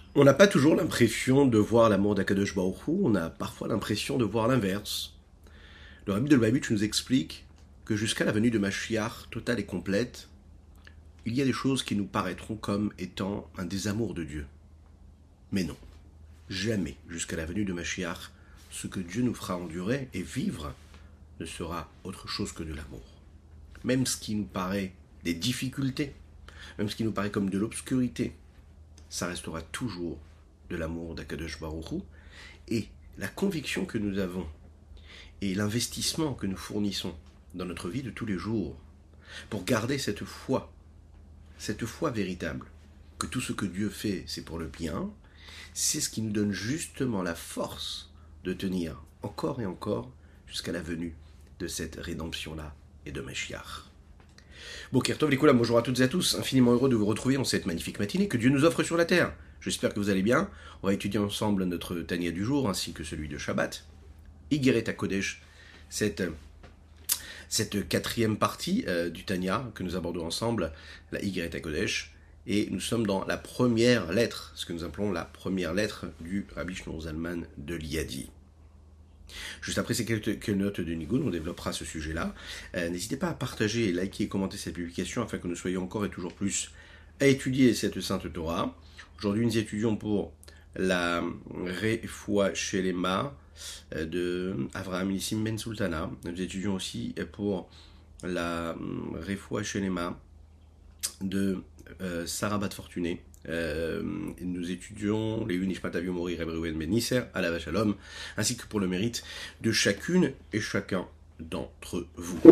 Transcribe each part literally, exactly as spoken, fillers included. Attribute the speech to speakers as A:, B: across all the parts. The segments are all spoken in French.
A: On n'a pas toujours l'impression de voir l'amour d'Akadosh Baruch Hu, on a parfois l'impression de voir l'inverse. Le Rabbi de Lubavitch nous explique que jusqu'à la venue de Mashiach totale et complète, il y a des choses qui nous paraîtront comme étant un désamour de Dieu. Mais non, jamais jusqu'à la venue de Mashiach, ce que Dieu nous fera endurer et vivre ne sera autre chose que de l'amour. Même ce qui nous paraît des difficultés, même ce qui nous paraît comme de l'obscurité, ça restera toujours de l'amour d'Akadosh Baruch Hu, et la conviction que nous avons et l'investissement que nous fournissons dans notre vie de tous les jours pour garder cette foi, cette foi véritable, que tout ce que Dieu fait, c'est pour le bien, c'est ce qui nous donne justement la force de tenir encore et encore jusqu'à la venue de cette rédemption-là et de Mashiach. Boker Tov, les Koulam, bonjour à toutes et à tous, infiniment heureux de vous retrouver en cette magnifique matinée que Dieu nous offre sur la terre. J'espère que vous allez bien. On va étudier ensemble notre Tanya du jour ainsi que celui de Shabbat. Igeret HaKodesh, cette, cette quatrième partie euh, du Tanya que nous abordons ensemble, la Igeret HaKodesh, et nous sommes dans la première lettre, ce que nous appelons la première lettre du Rabbi Shneur Zalman de Liadi. Juste après ces quelques notes de Nigun, on développera ce sujet-là. Euh, n'hésitez pas à partager, liker et commenter cette publication afin que nous soyons encore et toujours plus à étudier cette Sainte Torah. Aujourd'hui, nous étudions pour la Refoua Shelema de Avraham Nissim Ben Sultana. Nous étudions aussi pour la Refoua Shelema de euh, Sarah Bat Fortuné. Euh, nous étudions les Unishmat Avio Mori Reb Reuven Ben Nisser à la Shalom, ainsi que pour le mérite de chacune et chacun d'entre vous.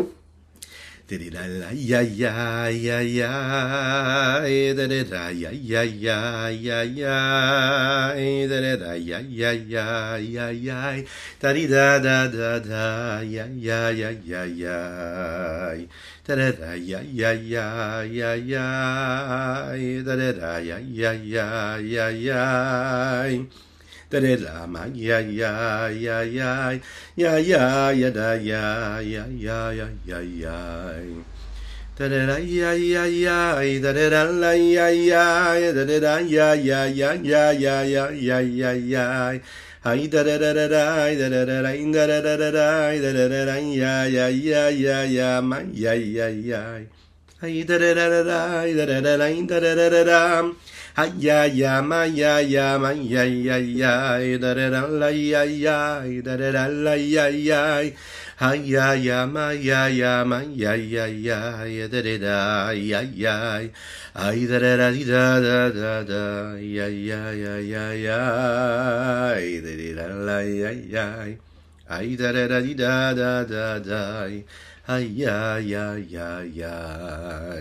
A: Da da da ma ya ya ya ya ya ya ya da ya ya ya ya ya ya da da da ya ya ya da da da la ya ya da da da ya ya ya ya ya ya ya ya ya Ay da da da da da da da da da da da da da da da da ya ya ya ya ya ma ya ya ya Ay da da da da da da da da da da da da Ay ya ya ma ya ya ma ya ya ya da da da la ya ya da da da la ya ya Ay ya ya ma ya ya ma ya ya ya da da da ya ya Ay da da da da da da da ya ya ya ya ya Ay da da da la ya ya Ay da da da da da da da Ay ya ya ya ya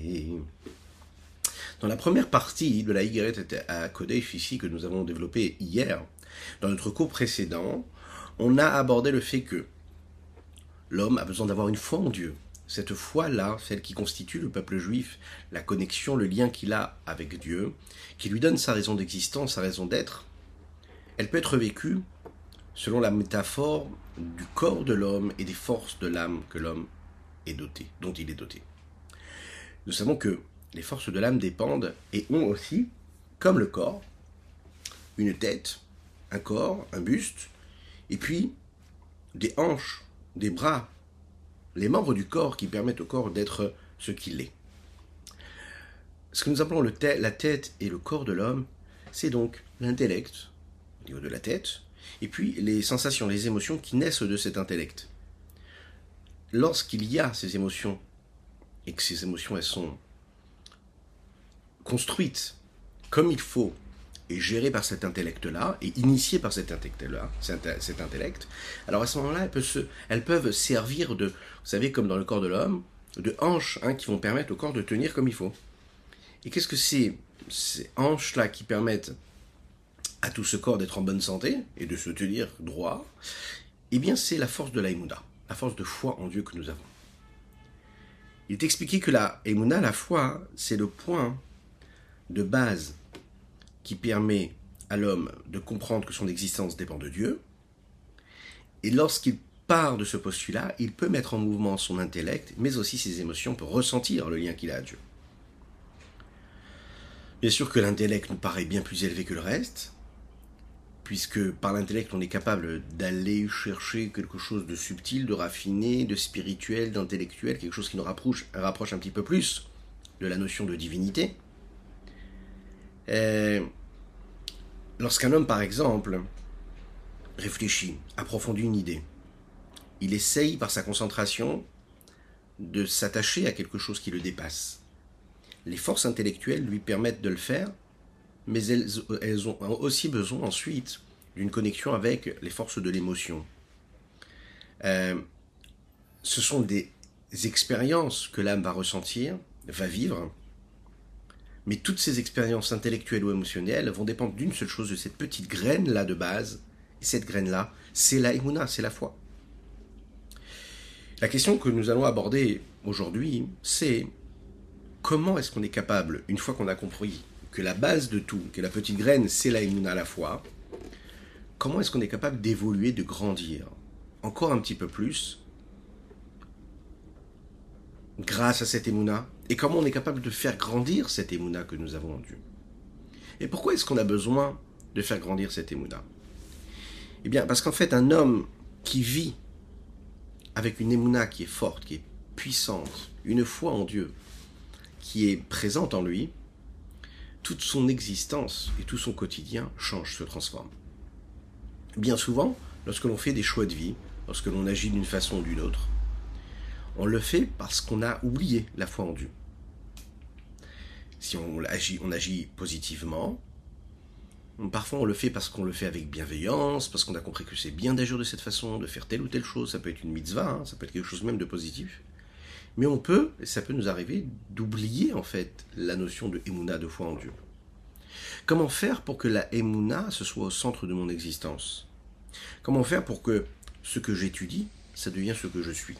A: Dans la première partie de la Igeret HaKodesh ici que nous avons développée hier, dans notre cours précédent, on a abordé le fait que l'homme a besoin d'avoir une foi en Dieu. Cette foi-là, celle qui constitue le peuple juif, la connexion, le lien qu'il a avec Dieu, qui lui donne sa raison d'existence, sa raison d'être, elle peut être vécue selon la métaphore du corps de l'homme et des forces de l'âme que l'homme est doté, dont il est doté. Nous savons que les forces de l'âme dépendent et ont aussi, comme le corps, une tête, un corps, un buste, et puis des hanches, des bras, les membres du corps qui permettent au corps d'être ce qu'il est. Ce que nous appelons le tête, la tête et le corps de l'homme, c'est donc l'intellect, au niveau de la tête, et puis les sensations, les émotions qui naissent de cet intellect. Lorsqu'il y a ces émotions, et que ces émotions, elles sont construites comme il faut et gérées par cet intellect-là et initiées par cet intellect-là, cet intellect, alors à ce moment-là, elles peuvent, se, elles peuvent servir de, vous savez, comme dans le corps de l'homme, de hanches hein, qui vont permettre au corps de tenir comme il faut. Et qu'est-ce que c'est ces hanches-là qui permettent à tout ce corps d'être en bonne santé et de se tenir droit? Eh bien, c'est la force de la Emouna, la force de foi en Dieu que nous avons. Il est expliqué que la Emouna, la foi, c'est le point de base qui permet à l'homme de comprendre que son existence dépend de Dieu. Et lorsqu'il part de ce postulat, il peut mettre en mouvement son intellect, mais aussi ses émotions pour ressentir le lien qu'il a à Dieu. Bien sûr que l'intellect nous paraît bien plus élevé que le reste, puisque par l'intellect on est capable d'aller chercher quelque chose de subtil, de raffiné, de spirituel, d'intellectuel, quelque chose qui nous rapproche, rapproche un petit peu plus de la notion de divinité. Et lorsqu'un homme, par exemple, réfléchit, approfondit une idée, il essaye par sa concentration de s'attacher à quelque chose qui le dépasse. Les forces intellectuelles lui permettent de le faire, mais elles, elles ont aussi besoin ensuite d'une connexion avec les forces de l'émotion. Euh, ce sont des expériences que l'âme va ressentir, va vivre, mais toutes ces expériences intellectuelles ou émotionnelles vont dépendre d'une seule chose, de cette petite graine-là de base, et cette graine-là, c'est la émouna, c'est la foi. La question que nous allons aborder aujourd'hui, c'est comment est-ce qu'on est capable, une fois qu'on a compris que la base de tout, que la petite graine, c'est la émouna, la foi, comment est-ce qu'on est capable d'évoluer, de grandir encore un petit peu plus grâce à cette émouna, et comment on est capable de faire grandir cette émouna que nous avons en Dieu. Et pourquoi est-ce qu'on a besoin de faire grandir cette émouna? Eh bien, parce qu'en fait, un homme qui vit avec une émouna qui est forte, qui est puissante, une foi en Dieu, qui est présente en lui, toute son existence et tout son quotidien change, se transforme. Bien souvent, lorsque l'on fait des choix de vie, lorsque l'on agit d'une façon ou d'une autre, on le fait parce qu'on a oublié la foi en Dieu. Si on agit, on agit positivement, parfois on le fait parce qu'on le fait avec bienveillance, parce qu'on a compris que c'est bien d'agir de cette façon, de faire telle ou telle chose, ça peut être une mitzvah, hein, ça peut être quelque chose même de positif. Mais on peut, et ça peut nous arriver, d'oublier en fait la notion de émouna, de foi en Dieu. Comment faire pour que la émouna se soit au centre de mon existence? Comment faire pour que ce que j'étudie, ça devienne ce que je suis?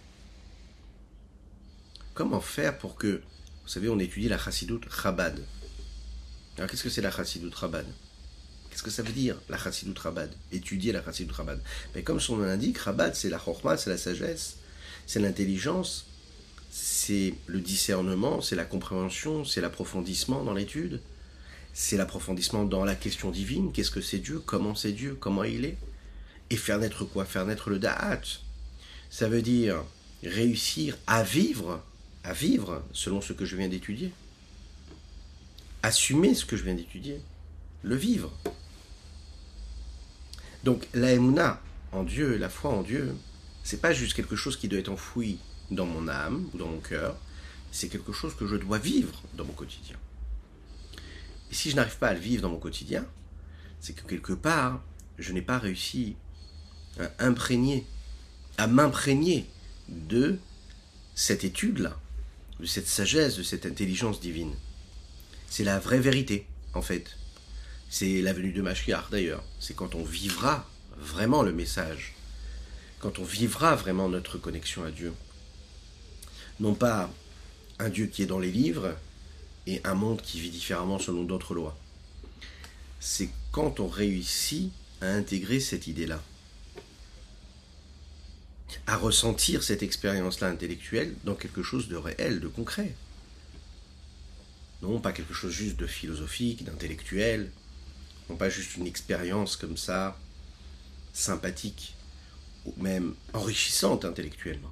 A: Comment faire pour que, vous savez, on étudie la Chassidut Chabad. Alors qu'est-ce que c'est la Chassidut Chabad? Qu'est-ce que ça veut dire, la Chassidut Chabad? Étudier la Chassidut Chabad. Mais comme son nom l'indique, Chabad, c'est la Chokhmah, c'est la sagesse, c'est l'intelligence, c'est le discernement, c'est la compréhension, c'est l'approfondissement dans l'étude, c'est l'approfondissement dans la question divine. Qu'est-ce que c'est Dieu? Comment c'est Dieu? Comment il est? Et faire naître quoi? Faire naître le Da'at. Ça veut dire réussir à vivre, à vivre selon ce que je viens d'étudier. Assumer ce que je viens d'étudier. Le vivre. Donc la émouna en Dieu, la foi en Dieu, c'est pas juste quelque chose qui doit être enfoui dans mon âme ou dans mon cœur, c'est quelque chose que je dois vivre dans mon quotidien. Et si je n'arrive pas à le vivre dans mon quotidien, c'est que quelque part, je n'ai pas réussi à imprégner, à m'imprégner de cette étude-là, de cette sagesse, de cette intelligence divine. C'est la vraie vérité, en fait. C'est la venue de Mashiach, d'ailleurs. C'est quand on vivra vraiment le message, quand on vivra vraiment notre connexion à Dieu. Non pas un Dieu qui est dans les livres et un monde qui vit différemment selon d'autres lois. C'est quand on réussit à intégrer cette idée-là, à ressentir cette expérience-là intellectuelle dans quelque chose de réel, de concret. Non pas quelque chose juste de philosophique, d'intellectuel, non pas juste une expérience comme ça, sympathique, ou même enrichissante intellectuellement.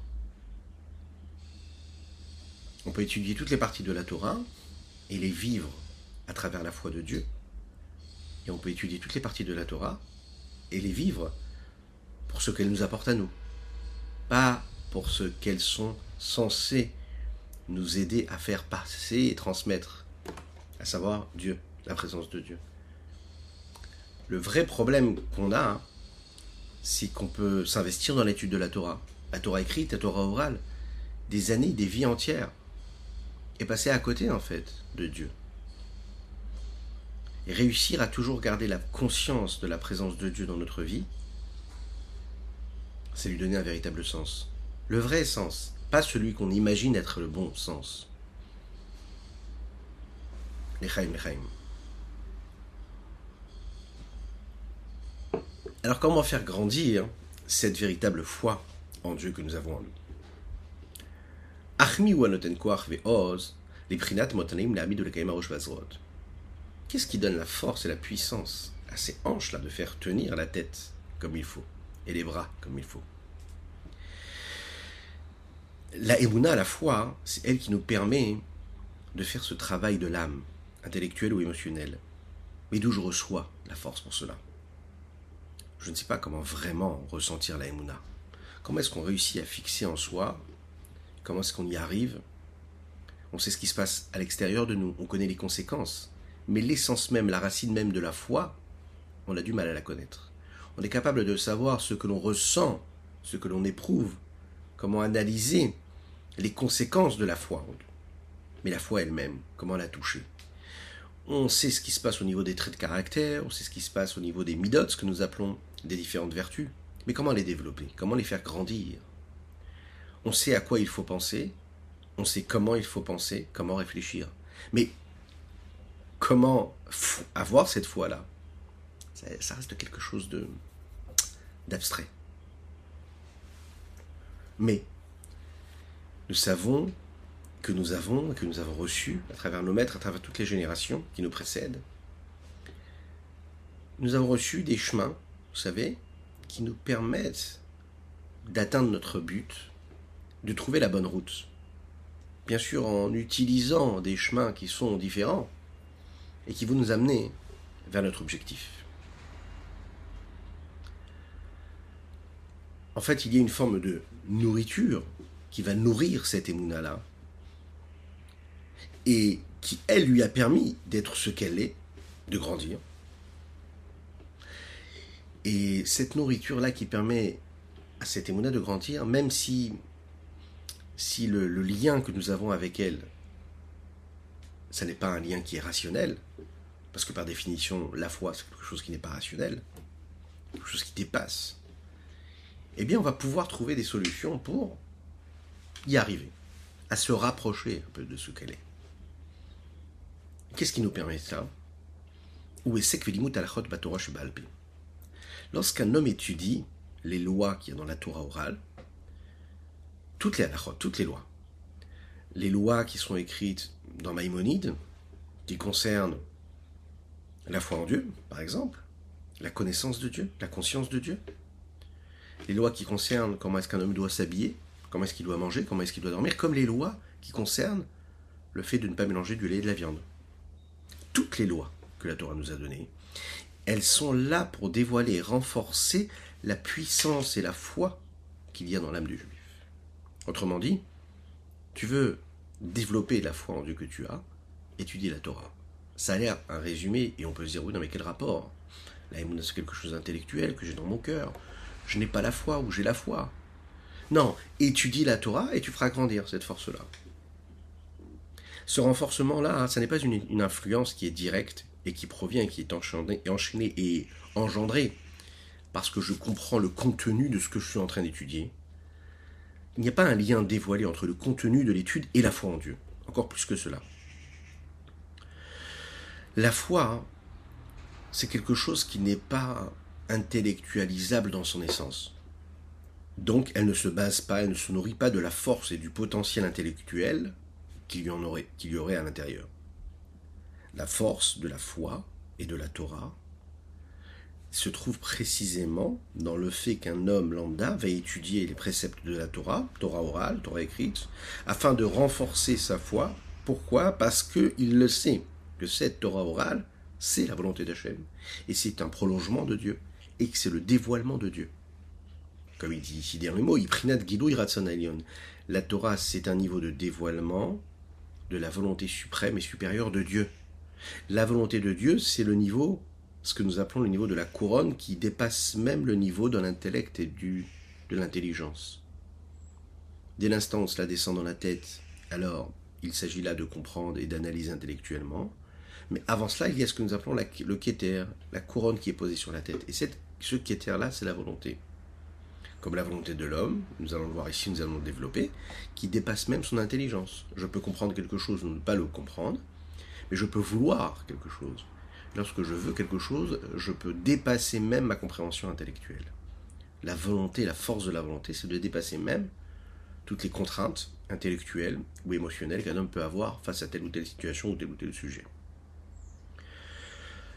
A: On peut étudier toutes les parties de la Torah et les vivre à travers la foi de Dieu. Et on peut étudier toutes les parties de la Torah et les vivre pour ce qu'elles nous apportent à nous. Pas pour ce qu'elles sont censées nous aider à faire passer et transmettre, à savoir Dieu, la présence de Dieu. Le vrai problème qu'on a, hein, c'est qu'on peut s'investir dans l'étude de la Torah, la Torah écrite, la Torah orale, des années, des vies entières, et passer à côté en fait de Dieu. Et réussir à toujours garder la conscience de la présence de Dieu dans notre vie, c'est lui donner un véritable sens. Le vrai sens, pas celui qu'on imagine être le bon sens. L'Echaim, l'Echaim. Alors comment faire grandir cette véritable foi en Dieu que nous avons en nous? Achmi ou anoten koach ve'oz, les prinat motanim l'ami de l'ekaim arosh vazrot. Qu'est-ce qui donne la force et la puissance à ces hanches-là de faire tenir la tête comme il faut et les bras comme il faut? La Emouna, la foi, c'est elle qui nous permet de faire ce travail de l'âme, intellectuelle ou émotionnelle. Mais d'où je reçois la force pour cela? Je ne sais pas comment vraiment ressentir la Emouna. Comment est-ce qu'on réussit à fixer en soi? Comment est-ce qu'on y arrive? On sait ce qui se passe à l'extérieur de nous, on connaît les conséquences. Mais l'essence même, la racine même de la foi, on a du mal à la connaître. On est capable de savoir ce que l'on ressent, ce que l'on éprouve, comment analyser les conséquences de la foi. Mais la foi elle-même, comment la toucher? On sait ce qui se passe au niveau des traits de caractère, on sait ce qui se passe au niveau des midotes, ce que nous appelons des différentes vertus. Mais comment les développer? Comment les faire grandir? On sait à quoi il faut penser, on sait comment il faut penser, comment réfléchir. Mais comment avoir cette foi-là? ça, ça reste quelque chose de d'abstrait. Mais nous savons que nous avons, que nous avons reçu à travers nos maîtres, à travers toutes les générations qui nous précèdent. Nous avons reçu des chemins, vous savez, qui nous permettent d'atteindre notre but, de trouver la bonne route. Bien sûr, en utilisant des chemins qui sont différents et qui vont nous amener vers notre objectif. En fait, il y a une forme de nourriture qui va nourrir cette émouna-là et qui, elle, lui a permis d'être ce qu'elle est, de grandir. Et cette nourriture-là qui permet à cette émouna de grandir, même si, si le, le lien que nous avons avec elle, ça n'est pas un lien qui est rationnel, parce que par définition, la foi, c'est quelque chose qui n'est pas rationnel, quelque chose qui dépasse, eh bien, on va pouvoir trouver des solutions pour y arriver, à se rapprocher un peu de ce qu'elle est. Qu'est-ce qui nous permet ça? Lorsqu'un homme étudie les lois qu'il y a dans la Torah orale, toutes les halachot, toutes les lois, les lois qui sont écrites dans Maïmonide, qui concernent la foi en Dieu, par exemple, la connaissance de Dieu, la conscience de Dieu, les lois qui concernent comment est-ce qu'un homme doit s'habiller, comment est-ce qu'il doit manger, comment est-ce qu'il doit dormir, comme les lois qui concernent le fait de ne pas mélanger du lait et de la viande. Toutes les lois que la Torah nous a données, elles sont là pour dévoiler et renforcer la puissance et la foi qu'il y a dans l'âme du juif. Autrement dit, tu veux développer la foi en Dieu que tu as, étudie la Torah. Ça a l'air un résumé, et on peut se dire, oui, non, mais quel rapport? La Emouna, c'est quelque chose d'intellectuel que j'ai dans mon cœur. Je n'ai pas la foi, ou j'ai la foi. Non, étudie la Torah et tu feras grandir cette force-là. Ce renforcement-là, ça n'est pas une, une influence qui est directe et qui provient, et qui est enchaînée, enchaînée et engendrée parce que je comprends le contenu de ce que je suis en train d'étudier. Il n'y a pas un lien dévoilé entre le contenu de l'étude et la foi en Dieu. Encore plus que cela. La foi, c'est quelque chose qui n'est pas intellectualisable dans son essence. Donc, elle ne se base pas, elle ne se nourrit pas de la force et du potentiel intellectuel qu'il y en aurait, qu'il y aurait à l'intérieur. La force de la foi et de la Torah se trouve précisément dans le fait qu'un homme lambda va étudier les préceptes de la Torah, Torah orale, Torah écrite, afin de renforcer sa foi. Pourquoi? Parce qu'il le sait, que cette Torah orale, c'est la volonté d'Hachem, et c'est un prolongement de Dieu, et que c'est le dévoilement de Dieu. Comme il dit ici dernier mot, Iprinat Gilui Ratzon Elyon. La Torah, c'est un niveau de dévoilement de la volonté suprême et supérieure de Dieu. La volonté de Dieu, c'est le niveau, ce que nous appelons le niveau de la couronne, qui dépasse même le niveau de l'intellect et du, de l'intelligence. Dès l'instant où cela descend dans la tête, alors il s'agit là de comprendre et d'analyser intellectuellement. Mais avant cela, il y a ce que nous appelons la, le Keter, la couronne qui est posée sur la tête. Et cette, ce Keter-là, c'est la volonté. Comme la volonté de l'homme, nous allons le voir ici, nous allons le développer, qui dépasse même son intelligence. Je peux comprendre quelque chose ou ne pas le comprendre, mais je peux vouloir quelque chose. Lorsque je veux quelque chose, je peux dépasser même ma compréhension intellectuelle. La volonté, la force de la volonté, c'est de dépasser même toutes les contraintes intellectuelles ou émotionnelles qu'un homme peut avoir face à telle ou telle situation ou tel ou tel sujet.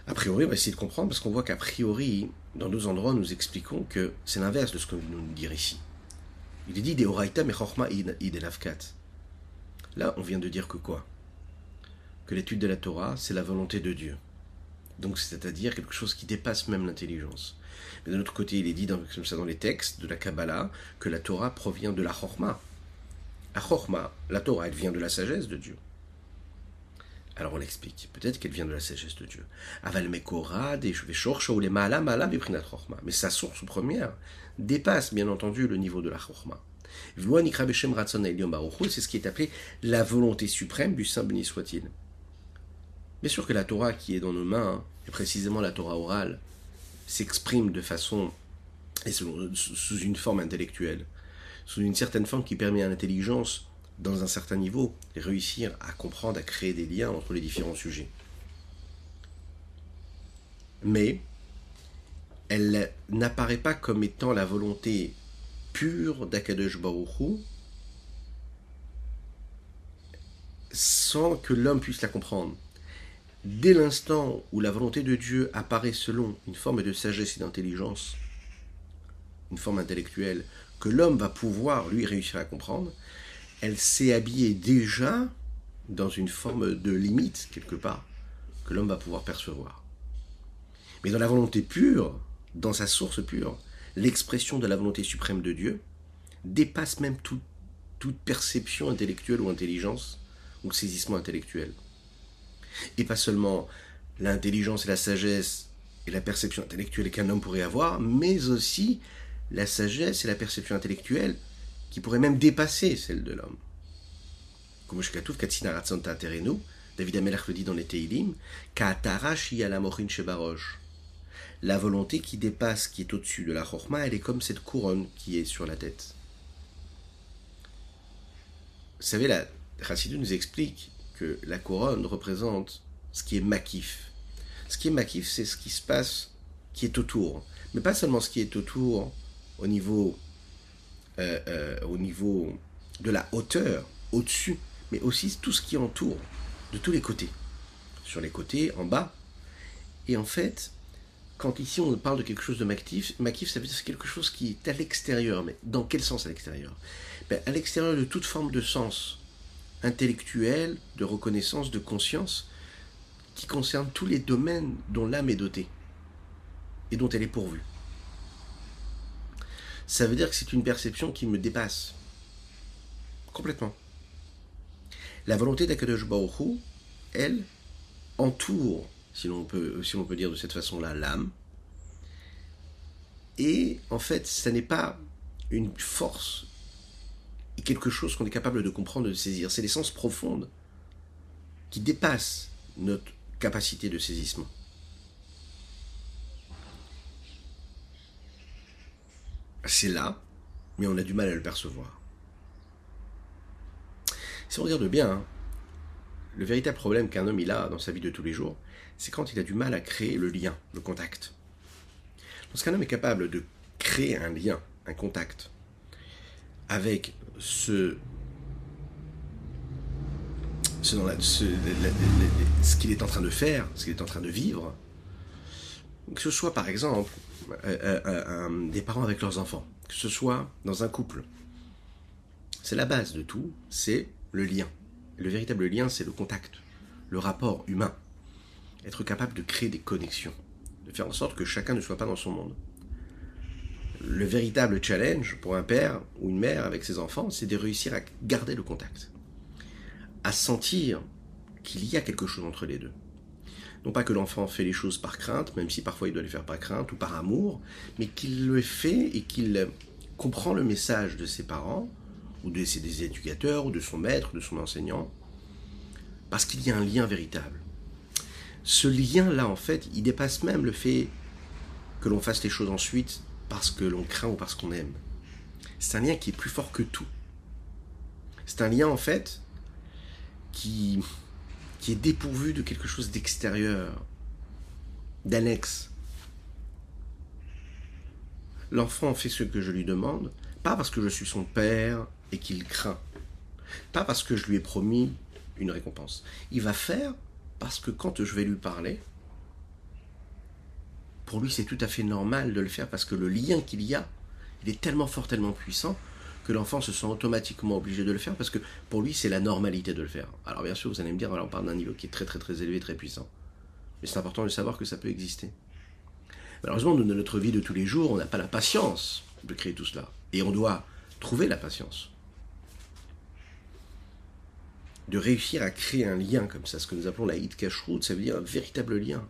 A: A priori, on va essayer de comprendre parce qu'on voit qu'a priori, dans d'autres endroits, nous expliquons que c'est l'inverse de ce que nous nous dire ici. Il est dit des oraita mechorma id elafkat. Là, on vient de dire que quoi? Que l'étude de la Torah, c'est la volonté de Dieu. Donc, c'est-à-dire quelque chose qui dépasse même l'intelligence. Mais d'un autre côté, il est dit dans, comme ça dans les textes de la Kabbalah que la Torah provient de la Chorma. La Chorma, la Torah, elle vient de la sagesse de Dieu. Alors on l'explique. Peut-être qu'elle vient de la sagesse de Dieu. Aval Mekora, des Shorcha ou les Maala, Maala, Beprinat Chorma. Mais sa source première dépasse, bien entendu, le niveau de la Chorma. V'lo nikra beshem ratzon ha'elyon baruch hu, c'est ce qui est appelé la volonté suprême du Saint béni soit-il. Bien sûr que la Torah qui est dans nos mains, et précisément la Torah orale, s'exprime de façon, et sous, sous une forme intellectuelle, sous une certaine forme qui permet à l'intelligence, dans un certain niveau, de réussir à comprendre, à créer des liens entre les différents sujets. Mais, elle n'apparaît pas comme étant la volonté pure d'Akadosh Baruch Hu, sans que l'homme puisse la comprendre. Dès l'instant où la volonté de Dieu apparaît selon une forme de sagesse et d'intelligence, une forme intellectuelle, que l'homme va pouvoir, lui, réussir à comprendre, elle s'est habillée déjà dans une forme de limite, quelque part, que l'homme va pouvoir percevoir. Mais dans la volonté pure, dans sa source pure, l'expression de la volonté suprême de Dieu dépasse même tout, toute perception intellectuelle ou intelligence, ou saisissement intellectuel. Et pas seulement l'intelligence et la sagesse et la perception intellectuelle qu'un homme pourrait avoir, mais aussi la sagesse et la perception intellectuelle qui pourrait même dépasser celle de l'homme. Comme Shkatouf, Katsina Ratzanta Terenu, David Amelach le dit dans les Teilim, Ka'atarash yala mochin shebarosh. La volonté qui dépasse, qui est au-dessus de la Chorma, elle est comme cette couronne qui est sur la tête. Vous savez, la Chassidut nous explique que la couronne représente ce qui est makif. Ce qui est makif, c'est ce qui se passe, qui est autour. Mais pas seulement ce qui est autour au niveau Euh, euh, au niveau de la hauteur, au-dessus, mais aussi tout ce qui entoure, de tous les côtés. Sur les côtés, en bas. Et en fait, quand ici on parle de quelque chose de makif, makif ça veut dire que c'est quelque chose qui est à l'extérieur. Mais dans quel sens à l'extérieur? Ben, à l'extérieur de toute forme de sens intellectuel, de reconnaissance, de conscience, qui concerne tous les domaines dont l'âme est dotée et dont elle est pourvue. Ça veut dire que c'est une perception qui me dépasse. Complètement. La volonté d'Akadosh Baruch Hu, elle, entoure, si l'on peut, si l'on peut dire de cette façon-là, l'âme. Et en fait, ça n'est pas une force et quelque chose qu'on est capable de comprendre, de saisir. C'est l'essence profonde qui dépasse notre capacité de saisissement. C'est là, mais on a du mal à le percevoir. Si on regarde bien, hein, le véritable problème qu'un homme il a dans sa vie de tous les jours, c'est quand il a du mal à créer le lien, le contact. Lorsqu'un homme est capable de créer un lien, un contact, avec ce, ce, dans la, ce, la, la, la, ce qu'il est en train de faire, ce qu'il est en train de vivre, que ce soit par exemple Euh, euh, euh, des parents avec leurs enfants, que ce soit dans un couple. C'est la base de tout, c'est le lien. Le véritable lien, c'est le contact, le rapport humain. Être capable de créer des connexions, de faire en sorte que chacun ne soit pas dans son monde. Le véritable challenge pour un père ou une mère avec ses enfants, c'est de réussir à garder le contact, à sentir qu'il y a quelque chose entre les deux. Non pas que l'enfant fait les choses par crainte, même si parfois il doit les faire par crainte ou par amour, mais qu'il le fait et qu'il comprend le message de ses parents, ou de ses éducateurs, ou de son maître, de son enseignant, parce qu'il y a un lien véritable. Ce lien-là, en fait, il dépasse même le fait que l'on fasse les choses ensuite parce que l'on craint ou parce qu'on aime. C'est un lien qui est plus fort que tout. C'est un lien, en fait, qui... qui est dépourvu de quelque chose d'extérieur, d'annexe. L'enfant fait ce que je lui demande, pas parce que je suis son père et qu'il craint, pas parce que je lui ai promis une récompense. Il va faire parce que quand je vais lui parler, pour lui c'est tout à fait normal de le faire parce que le lien qu'il y a, il est tellement fort, tellement puissant, que l'enfant se sent automatiquement obligé de le faire parce que pour lui c'est la normalité de le faire. Alors bien sûr vous allez me dire, alors on parle d'un niveau qui est très très très élevé, très puissant. Mais c'est important de savoir que ça peut exister. Malheureusement, dans notre vie de tous les jours, on n'a pas la patience de créer tout cela. Et on doit trouver la patience. De réussir à créer un lien comme ça, ce que nous appelons la hitkashrut, ça veut dire un véritable lien.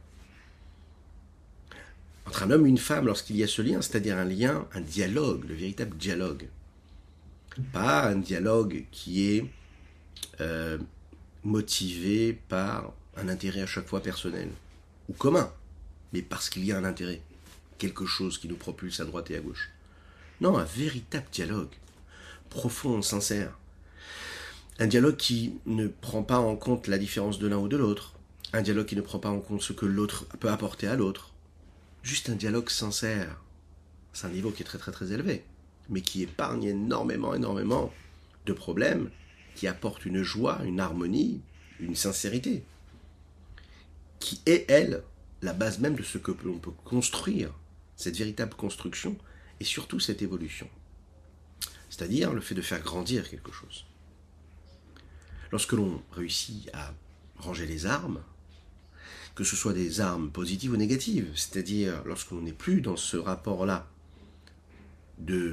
A: Entre un homme et une femme, lorsqu'il y a ce lien, c'est-à-dire un lien, un dialogue, le véritable dialogue. Pas un dialogue qui est euh, motivé par un intérêt à chaque fois personnel ou commun, mais parce qu'il y a un intérêt, quelque chose qui nous propulse à droite et à gauche. Non, un véritable dialogue, profond, sincère. Un dialogue qui ne prend pas en compte la différence de l'un ou de l'autre. Un dialogue qui ne prend pas en compte ce que l'autre peut apporter à l'autre. Juste un dialogue sincère. C'est un niveau qui est très très très élevé, mais qui épargne énormément, énormément de problèmes, qui apporte une joie, une harmonie, une sincérité, qui est, elle, la base même de ce que l'on peut construire, cette véritable construction, et surtout cette évolution. C'est-à-dire le fait de faire grandir quelque chose. Lorsque l'on réussit à ranger les armes, que ce soit des armes positives ou négatives, c'est-à-dire lorsque l'on n'est plus dans ce rapport-là de,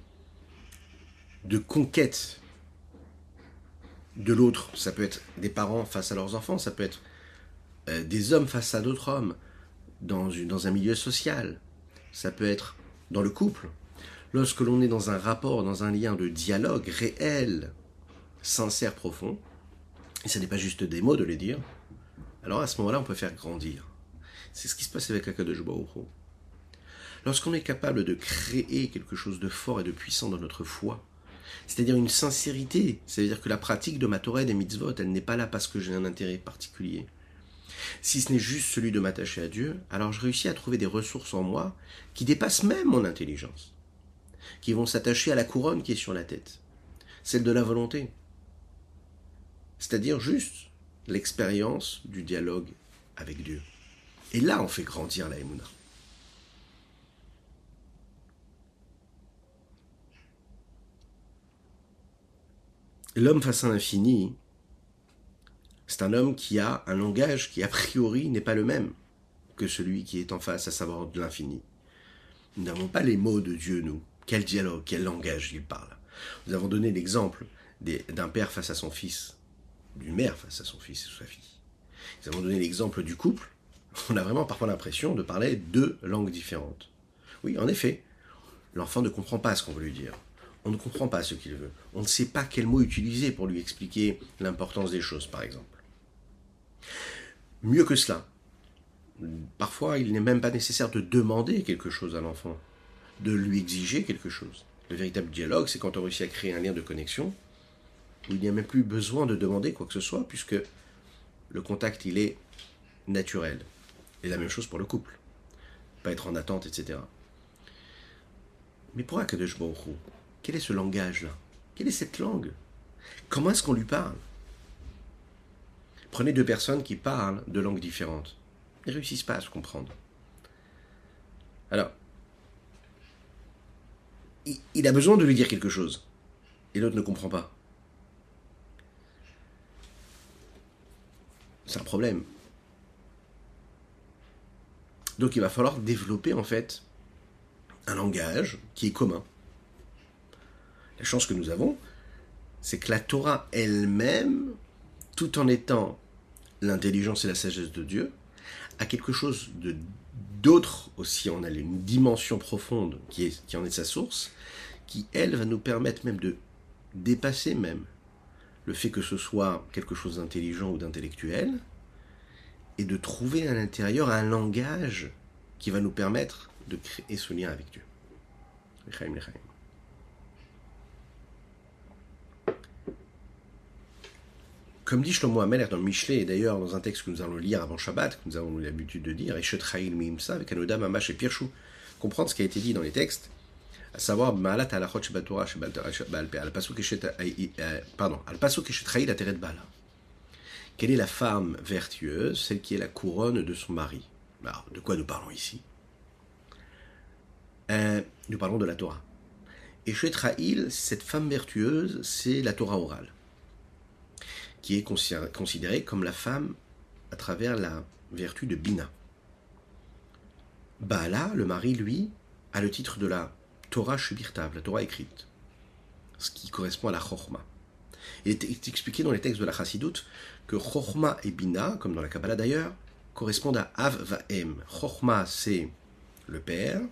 A: de conquête de l'autre, ça peut être des parents face à leurs enfants, ça peut être euh, des hommes face à d'autres hommes, dans, une, dans un milieu social, ça peut être dans le couple. Lorsque l'on est dans un rapport, dans un lien de dialogue réel, sincère, profond, et ce n'est pas juste des mots de les dire, alors à ce moment-là, on peut faire grandir. C'est ce qui se passe avec Akadosh Baruch Hu. Lorsqu'on est capable de créer quelque chose de fort et de puissant dans notre foi, c'est-à-dire une sincérité, c'est-à-dire que la pratique de ma Torah et des mitzvot, elle n'est pas là parce que j'ai un intérêt particulier. Si ce n'est juste celui de m'attacher à Dieu, alors je réussis à trouver des ressources en moi qui dépassent même mon intelligence, qui vont s'attacher à la couronne qui est sur la tête, celle de la volonté. C'est-à-dire juste l'expérience du dialogue avec Dieu. Et là, on fait grandir la Emouna. L'homme face à l'infini, c'est un homme qui a un langage qui, a priori, n'est pas le même que celui qui est en face, à savoir de l'infini. Nous n'avons pas les mots de Dieu, nous. Quel dialogue, quel langage il parle. Nous avons donné l'exemple d'un père face à son fils, d'une mère face à son fils ou sa fille. Nous avons donné l'exemple du couple. On a vraiment parfois l'impression de parler deux langues différentes. Oui, en effet, l'enfant ne comprend pas ce qu'on veut lui dire. On ne comprend pas ce qu'il veut. On ne sait pas quel mot utiliser pour lui expliquer l'importance des choses, par exemple. Mieux que cela, parfois il n'est même pas nécessaire de demander quelque chose à l'enfant, de lui exiger quelque chose. Le véritable dialogue, c'est quand on réussit à créer un lien de connexion, où il n'y a même plus besoin de demander quoi que ce soit, puisque le contact, il est naturel. Et la même chose pour le couple. Pas être en attente, et cetera. Mais pour Akadosh Baruch Hu, quel est ce langage-là? Quelle est cette langue? Comment est-ce qu'on lui parle? Prenez deux personnes qui parlent de langues différentes. Ils ne réussissent pas à se comprendre. Alors, il, il a besoin de lui dire quelque chose. Et l'autre ne comprend pas. C'est un problème. Donc il va falloir développer en fait un langage qui est commun. La chance que nous avons, c'est que la Torah elle-même, tout en étant l'intelligence et la sagesse de Dieu, a quelque chose de d'autre aussi. On a une dimension profonde qui, est, qui en est sa source, qui elle va nous permettre même de dépasser même le fait que ce soit quelque chose d'intelligent ou d'intellectuel, et de trouver à l'intérieur un langage qui va nous permettre de créer ce lien avec Dieu. L'chaim, l'chaim. Comme dit Shlomo HaMelech dans le Michelet, et d'ailleurs dans un texte que nous allons lire avant Shabbat, que nous avons l'habitude de dire, Eshet Chayil Mimsa, avec Anoda, Mamash et Pirshu, comprendre ce qui a été dit dans les textes, à savoir, Ma'alat Halachot Shebat Torah Shebat Ba'al Peh, Al-Pasuk Eshet, pardon, Al-Pasuk Eshet Chayil Ateret Bala. Quelle est la femme vertueuse, celle qui est la couronne de son mari? Alors, de quoi nous parlons ici? nous parlons de la Torah. Et Shetraïl, cette femme vertueuse, c'est la Torah orale, qui est considérée comme la femme à travers la vertu de Bina. Baala, le mari, lui, a le titre de la Torah Shebirtav, la Torah écrite, ce qui correspond à la Chochma. Il est expliqué dans les textes de la Chassidoute que Chochma et Bina, comme dans la Kabbalah d'ailleurs, correspondent à Av Vaem. Chochma, c'est le père,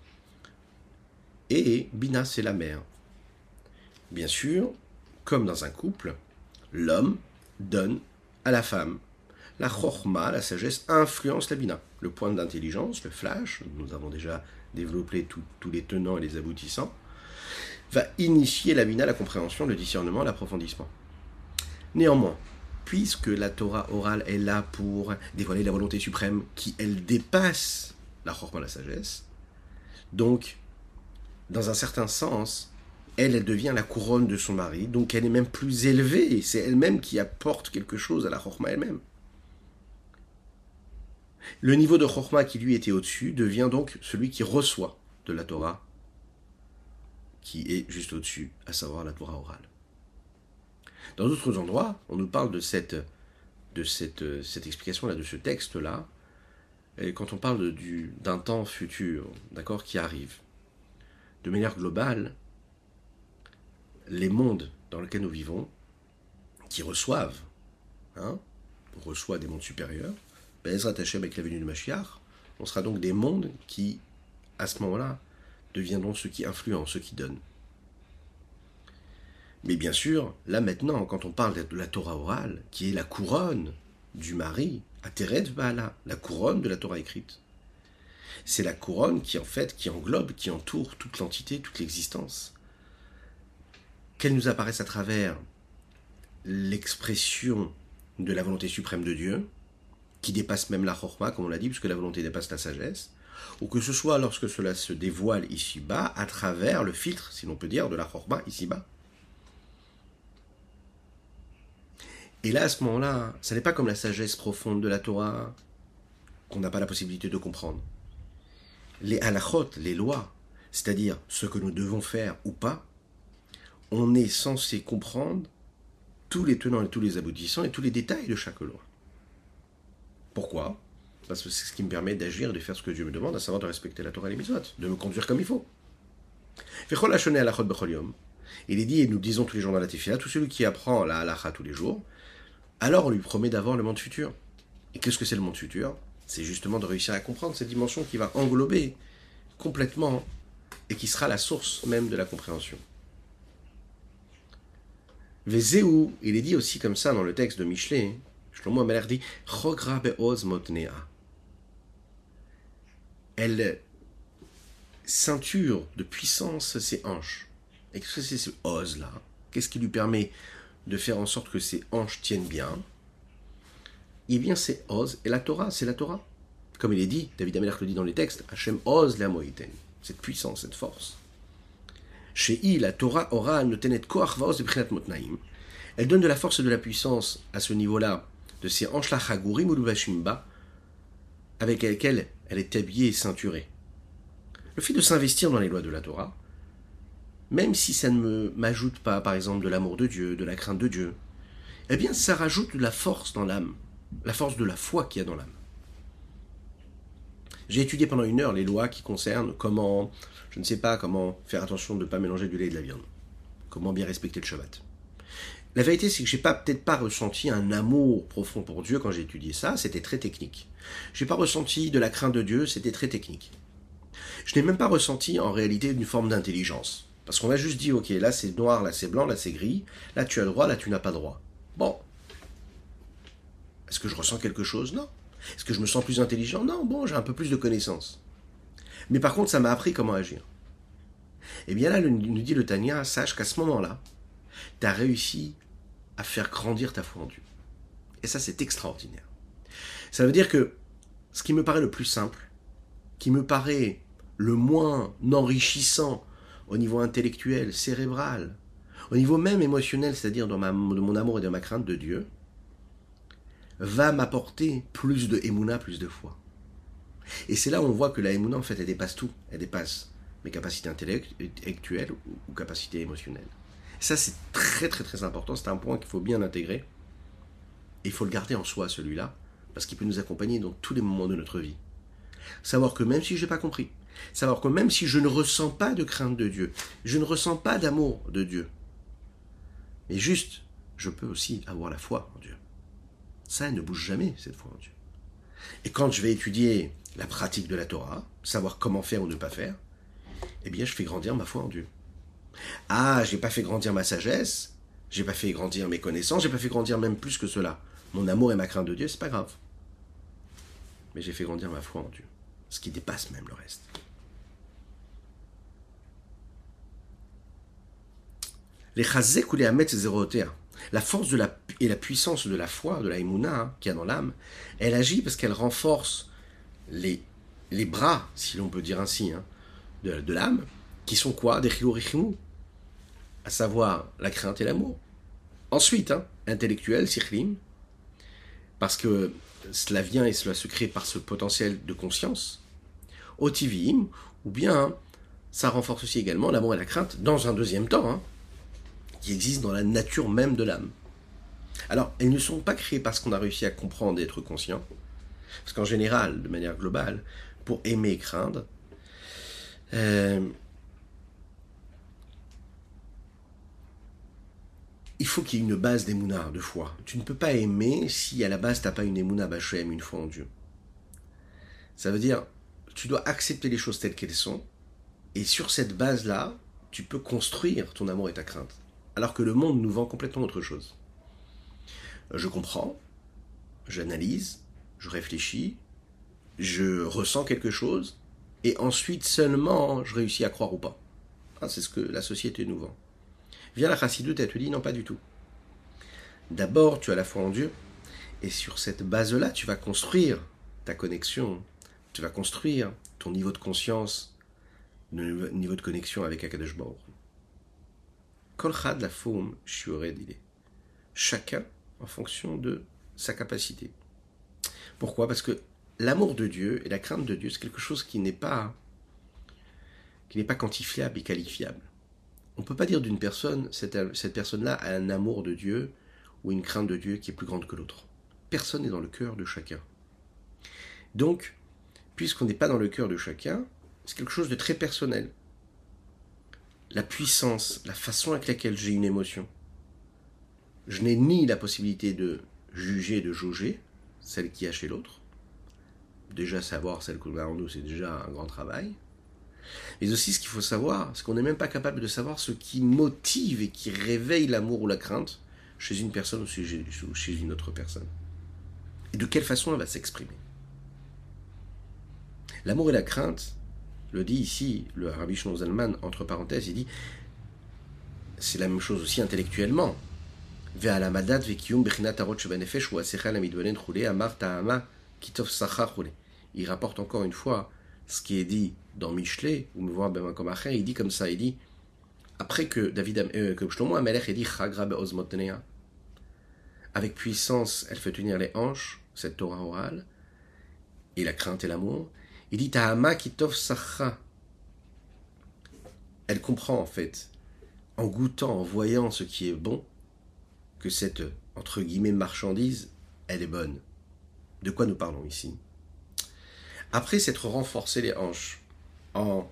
A: et Bina, c'est la mère. Bien sûr, comme dans un couple, l'homme donne à la femme. La Chochma, la sagesse, influence la Bina. Le point d'intelligence, le flash, nous avons déjà développé tous les tenants et les aboutissants, va initier la Bina, la compréhension, le discernement, l'approfondissement. Néanmoins, puisque la Torah orale est là pour dévoiler la volonté suprême qui, elle, dépasse la Chochma, la sagesse, donc, dans un certain sens, elle, elle devient la couronne de son mari, donc elle est même plus élevée, c'est elle-même qui apporte quelque chose à la Chochma elle-même. Le niveau de Chochma qui lui était au-dessus devient donc celui qui reçoit de la Torah, qui est juste au-dessus, à savoir la Torah orale. Dans d'autres endroits, on nous parle de cette, de cette, cette explication-là, de ce texte-là, et quand on parle de, du, d'un temps futur, d'accord, qui arrive. De manière globale, les mondes dans lesquels nous vivons, qui reçoivent, hein, on reçoit des mondes supérieurs, Bezrat Hashem avec la venue de Mashiach, on sera donc des mondes qui, à ce moment-là, deviendront ceux qui influencent, ceux qui donnent. Mais bien sûr, là maintenant, quand on parle de la Torah orale, qui est la couronne du mari, Ateret Baala, la couronne de la Torah écrite, c'est la couronne qui en fait, qui englobe, qui entoure toute l'entité, toute l'existence. Qu'elle nous apparaisse à travers l'expression de la volonté suprême de Dieu, qui dépasse même la Chochma, comme on l'a dit, puisque la volonté dépasse la sagesse, ou que ce soit lorsque cela se dévoile ici-bas, à travers le filtre, si l'on peut dire, de la Chochma ici-bas. Et là, à ce moment-là, ça n'est pas comme la sagesse profonde de la Torah, qu'on n'a pas la possibilité de comprendre. Les halachot, les lois, c'est-à-dire ce que nous devons faire ou pas, on est censé comprendre tous les tenants et tous les aboutissants et tous les détails de chaque loi. Pourquoi ? Parce que c'est ce qui me permet d'agir et de faire ce que Dieu me demande, à savoir de respecter la Torah et les mitzvot, de me conduire comme il faut. Il est dit, et nous disons tous les jours dans la Tefila, tout celui qui apprend la halacha tous les jours, alors on lui promet d'avoir le monde futur. Et qu'est-ce que c'est le monde futur ? C'est justement de réussir à comprendre cette dimension qui va englober complètement et qui sera la source même de la compréhension. Vezeu, il est dit aussi comme ça dans le texte de Michelet, Shlomo Ameler dit Chogra be'oz motnea. Elle ceinture de puissance ses hanches. Et qu'est-ce que c'est ce oz là ? Qu'est-ce qui lui permet de faire en sorte que ses hanches tiennent bien ? Eh bien, c'est oz et la Torah, c'est la Torah. Comme il est dit, David Ameler le dit dans les textes, Hashem oz la moïten, cette puissance, cette force. Chez I, la Torah orale ne tenet koach vaoz b'chinat motnaim. Elle donne de la force et de la puissance à ce niveau-là, de ces hanches la chagurim ou l'uvashimba, avec lesquelles elle est habillée et ceinturée. Le fait de s'investir dans les lois de la Torah, même si ça ne me, m'ajoute pas, par exemple, de l'amour de Dieu, de la crainte de Dieu, eh bien, ça rajoute de la force dans l'âme, la force de la foi qu'il y a dans l'âme. J'ai étudié pendant une heure les lois qui concernent comment, je ne sais pas, comment faire attention de ne pas mélanger du lait et de la viande, comment bien respecter le Shabbat. La vérité, c'est que j'ai pas, peut-être pas ressenti un amour profond pour Dieu quand j'ai étudié ça, c'était très technique. J'ai pas ressenti de la crainte de Dieu, c'était très technique. Je n'ai même pas ressenti en réalité une forme d'intelligence. Parce qu'on m'a juste dit, ok, là c'est noir, là c'est blanc, là c'est gris, là tu as droit, là tu n'as pas droit. Bon. Est-ce que je ressens quelque chose ? Non. Est-ce que je me sens plus intelligent ? Non, bon, j'ai un peu plus de connaissances. Mais par contre, ça m'a appris comment agir. Et bien là, nous dit le Tanya, sache qu'à ce moment-là, tu as réussi à faire grandir ta foi en Dieu. Et ça, c'est extraordinaire. Ça veut dire que ce qui me paraît le plus simple, qui me paraît le moins enrichissant au niveau intellectuel, cérébral, au niveau même émotionnel, c'est-à-dire dans ma, de mon amour et de ma crainte de Dieu, va m'apporter plus de émouna, plus de foi. Et c'est là où on voit que la émouna, en fait, elle dépasse tout. Elle dépasse mes capacités intellectuelles ou capacités émotionnelles. Ça, c'est très très très important, c'est un point qu'il faut bien intégrer. Et il faut le garder en soi, celui-là, parce qu'il peut nous accompagner dans tous les moments de notre vie. Savoir que même si je n'ai pas compris, savoir que même si je ne ressens pas de crainte de Dieu, je ne ressens pas d'amour de Dieu, mais juste, je peux aussi avoir la foi en Dieu. Ça, elle ne bouge jamais, cette foi en Dieu. Et quand je vais étudier la pratique de la Torah, savoir comment faire ou ne pas faire, eh bien, je fais grandir ma foi en Dieu. Ah, je n'ai pas fait grandir ma sagesse, j'ai pas fait grandir mes connaissances, j'ai pas fait grandir même plus que cela. Mon amour et ma crainte de Dieu, c'est pas grave. Mais j'ai fait grandir ma foi en Dieu, ce qui dépasse même le reste. Les chazek ou les hametz zéroter, la force de la, et la puissance de la foi, de la émouna hein, qu'il y a dans l'âme, elle agit parce qu'elle renforce les, les bras, si l'on peut dire ainsi, hein, de, de l'âme, qui sont quoi? Des chilou richimou, à savoir la crainte et l'amour. Ensuite, hein, intellectuel, sikhlim, parce que cela vient et cela se crée par ce potentiel de conscience, otivim, ou bien hein, ça renforce aussi également l'amour et la crainte dans un deuxième temps, hein, qui existe dans la nature même de l'âme. Alors, elles ne sont pas créées parce qu'on a réussi à comprendre et être conscient, parce qu'en général, de manière globale, pour aimer et craindre, euh, il faut qu'il y ait une base d'émouna, de foi. Tu ne peux pas aimer si à la base tu n'as pas une émouna bachem, une foi en Dieu. Ça veut dire, tu dois accepter les choses telles qu'elles sont, et sur cette base-là, tu peux construire ton amour et ta crainte. Alors que le monde nous vend complètement autre chose. Je comprends, j'analyse, je réfléchis, je ressens quelque chose, et ensuite seulement je réussis à croire ou pas. Ah, c'est ce que la société nous vend. Viens la chassidoute, elle te dit non, pas du tout. D'abord, tu as la foi en Dieu, et sur cette base-là, tu vas construire ta connexion, tu vas construire ton niveau de conscience, le niveau de connexion avec Akadosh Baruch Hu. Kol chad la foum shiured il est. Chacun en fonction de sa capacité. Pourquoi? Parce que l'amour de Dieu et la crainte de Dieu, c'est quelque chose qui n'est pas, qui n'est pas quantifiable et qualifiable. On ne peut pas dire d'une personne, cette, cette personne-là a un amour de Dieu ou une crainte de Dieu qui est plus grande que l'autre. Personne n'est dans le cœur de chacun. Donc, puisqu'on n'est pas dans le cœur de chacun, c'est quelque chose de très personnel. La puissance, la façon avec laquelle j'ai une émotion, je n'ai ni la possibilité de juger, de jauger celle qu'il y a chez l'autre. Déjà savoir celle qu'on a en nous, c'est déjà un grand travail. Mais aussi ce qu'il faut savoir, c'est qu'on n'est même pas capable de savoir ce qui motive et qui réveille l'amour ou la crainte chez une personne ou chez une autre personne. Et de quelle façon elle va s'exprimer. L'amour et la crainte, le dit ici le Rabbi Shlomo Zalman, entre parenthèses, il dit c'est la même chose aussi intellectuellement. Il rapporte encore une fois ce qui est dit dans Michelet, ou me voir ben comme après, il dit comme ça, il dit après que David, euh, que Shlomo Amelech, il dit Chagra be'ozmotnea, avec puissance, elle fait tenir les hanches, cette Torah orale, et la crainte et l'amour. Il dit Tahama kitov sacha. Elle comprend en fait, en goûtant, en voyant ce qui est bon, que cette, entre guillemets, marchandise, elle est bonne. De quoi nous parlons ici? Après s'être renforcé les hanches, en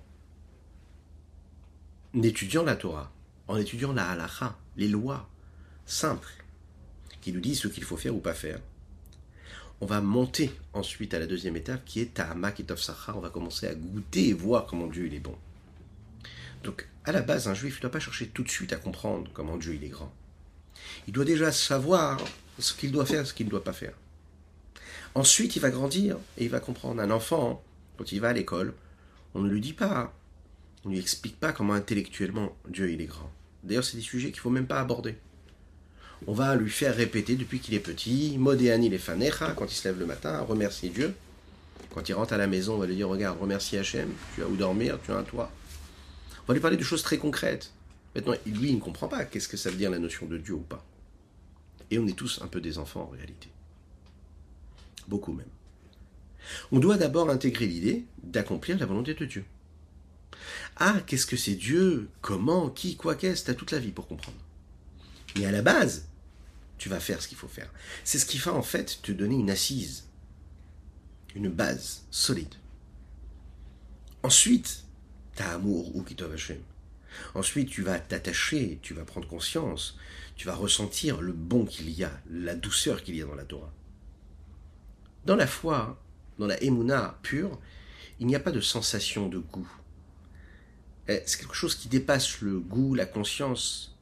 A: étudiant la Torah, en étudiant la halacha, les lois simples, qui nous disent ce qu'il faut faire ou pas faire, on va monter ensuite à la deuxième étape, qui est Ta'ama Kitov Sacha. On va commencer à goûter et voir comment Dieu il est bon. Donc, à la base, un juif ne doit pas chercher tout de suite à comprendre comment Dieu il est grand. Il doit déjà savoir ce qu'il doit faire et ce qu'il ne doit pas faire. Ensuite, il va grandir et il va comprendre. Un enfant, quand il va à l'école, on ne lui dit pas, on ne lui explique pas comment intellectuellement Dieu il est grand. D'ailleurs, c'est des sujets qu'il ne faut même pas aborder. On va lui faire répéter depuis qu'il est petit, Modéani les fanecha, quand il se lève le matin, remercier Dieu. Quand il rentre à la maison, on va lui dire, regarde, remercie Hachem, tu as où dormir, tu as un toit. On va lui parler de choses très concrètes. Maintenant, lui, il ne comprend pas qu'est-ce que ça veut dire la notion de Dieu ou pas. Et on est tous un peu des enfants en réalité. Beaucoup même. On doit d'abord intégrer l'idée d'accomplir la volonté de Dieu. Ah, qu'est-ce que c'est Dieu? Comment? Qui? Quoi? Qu'est-ce? T'as toute la vie pour comprendre. Mais à la base, tu vas faire ce qu'il faut faire. C'est ce qui va en fait te donner une assise, une base solide. Ensuite, t'as amour ou qui Hashem. Ensuite, tu vas t'attacher, tu vas prendre conscience, tu vas ressentir le bon qu'il y a, la douceur qu'il y a dans la Torah. Dans la foi, dans la Emouna pure, il n'y a pas de sensation de goût. C'est quelque chose qui dépasse le goût, la conscience.